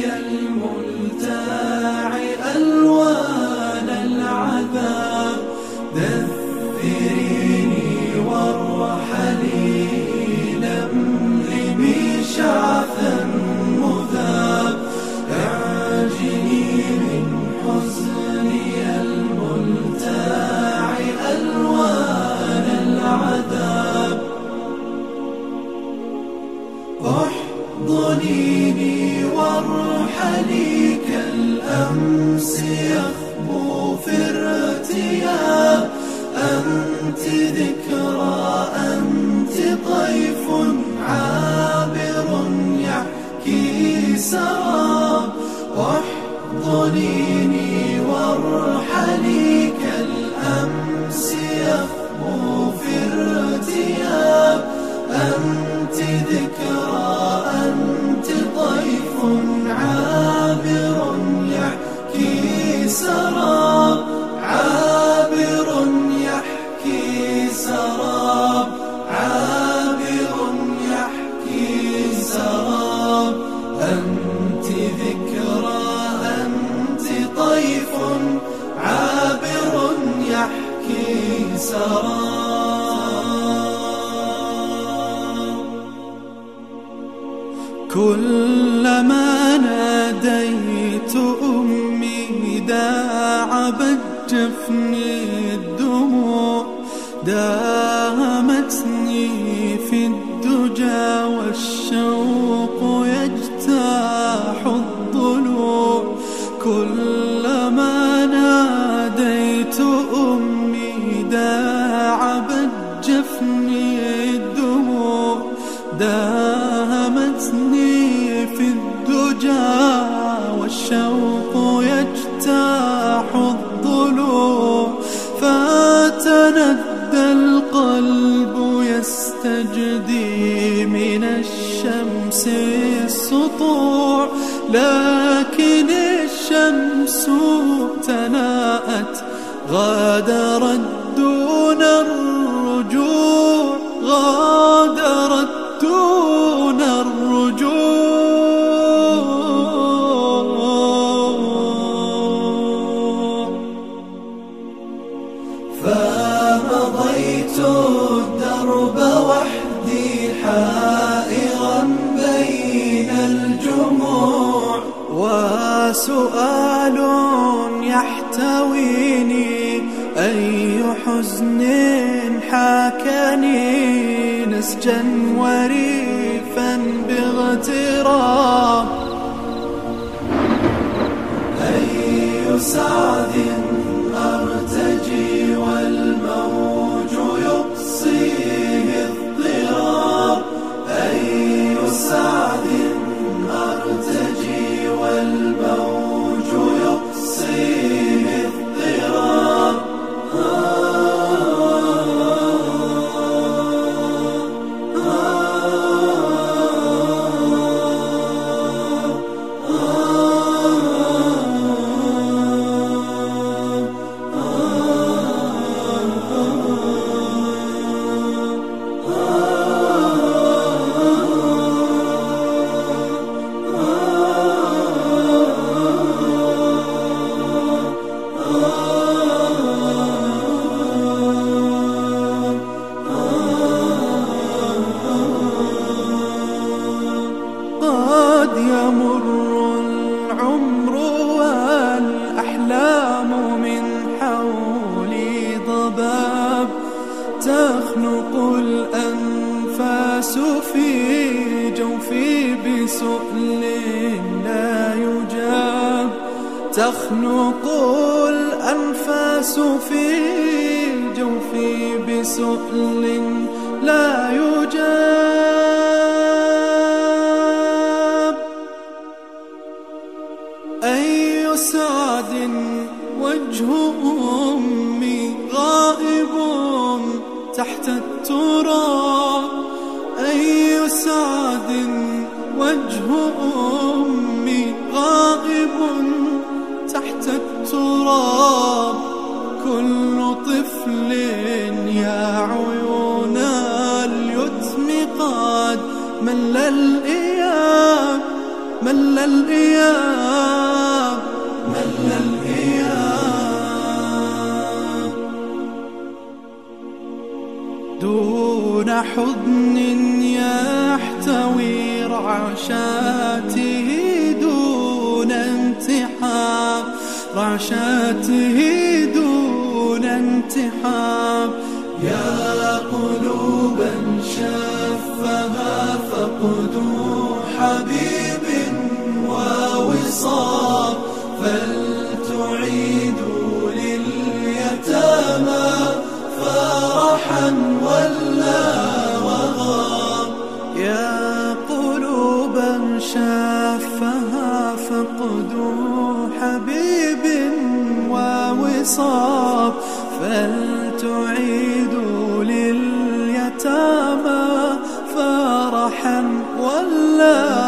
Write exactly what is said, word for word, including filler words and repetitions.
الملتاع ألوان العذاب، دثريني وارحلي لملمي شعثا مذاب، اعجني من حزني الملتاع ألوان العذاب، احضنيني وارحلي كالأمس يخبو في ارتياب، أنت ذكرى أنت طيف عابر يحكي سراب، احضنيني وارحلي كالأمس يخبو في ارتياب، أنت ذكرى أنت طيف عابر يحكي سراب، عابر يحكي سراب، عابر يحكي سراب، أنت ذكرى أنت طيف عابر يحكي سراب. كلما ناديت أمي داعبت جفني الدموع، داهمتني في الدجى والشوق يجتاح الضلوع، كلما ناديت أمي داعبت جفني الدموع، داهمتني في الدجى والشوق يجتاح الضلوع، فتندى القلب يستجدي من الشمس السطوع، لكن الشمس تناءت غادرت دون الرجوع، غادرت دون الرجوع، فمضيت الدرب وحدي حائرا بين الجموع، وسؤال يحتويني أي حزن حاكني نسجا وريفا باغتراب، أي سعد أرتجي والموج يقصيه اضطراب، أي سعد أرتجي والموج يقصيه اضطراب، يمر العمر والأحلام من حولي ضباب، تخنق الأنفاس في جوفي بسؤل لا يجاب، تخنق الأنفاس في جوفي بسؤل لا يجاب، أي سعد وجه أمي غائب تحت التراب، أي سعد وجه أمي غائب تحت التراب، كل طفل يا عيون اليتم قد مل الإياب، مل الإياب مل الإياب. دون حضن يحتوي رعشاته، دون انتحاب رعشاته دون انتحاب. يا قلوبا شفها فقدوا حبيب ووصاب، فلتعيدوا لليتامى فرحا ولا وغاب. يا قلوبا شفها فقدوا حبيب ووصاب، فلتعيدوا لليتامى فرحا ولا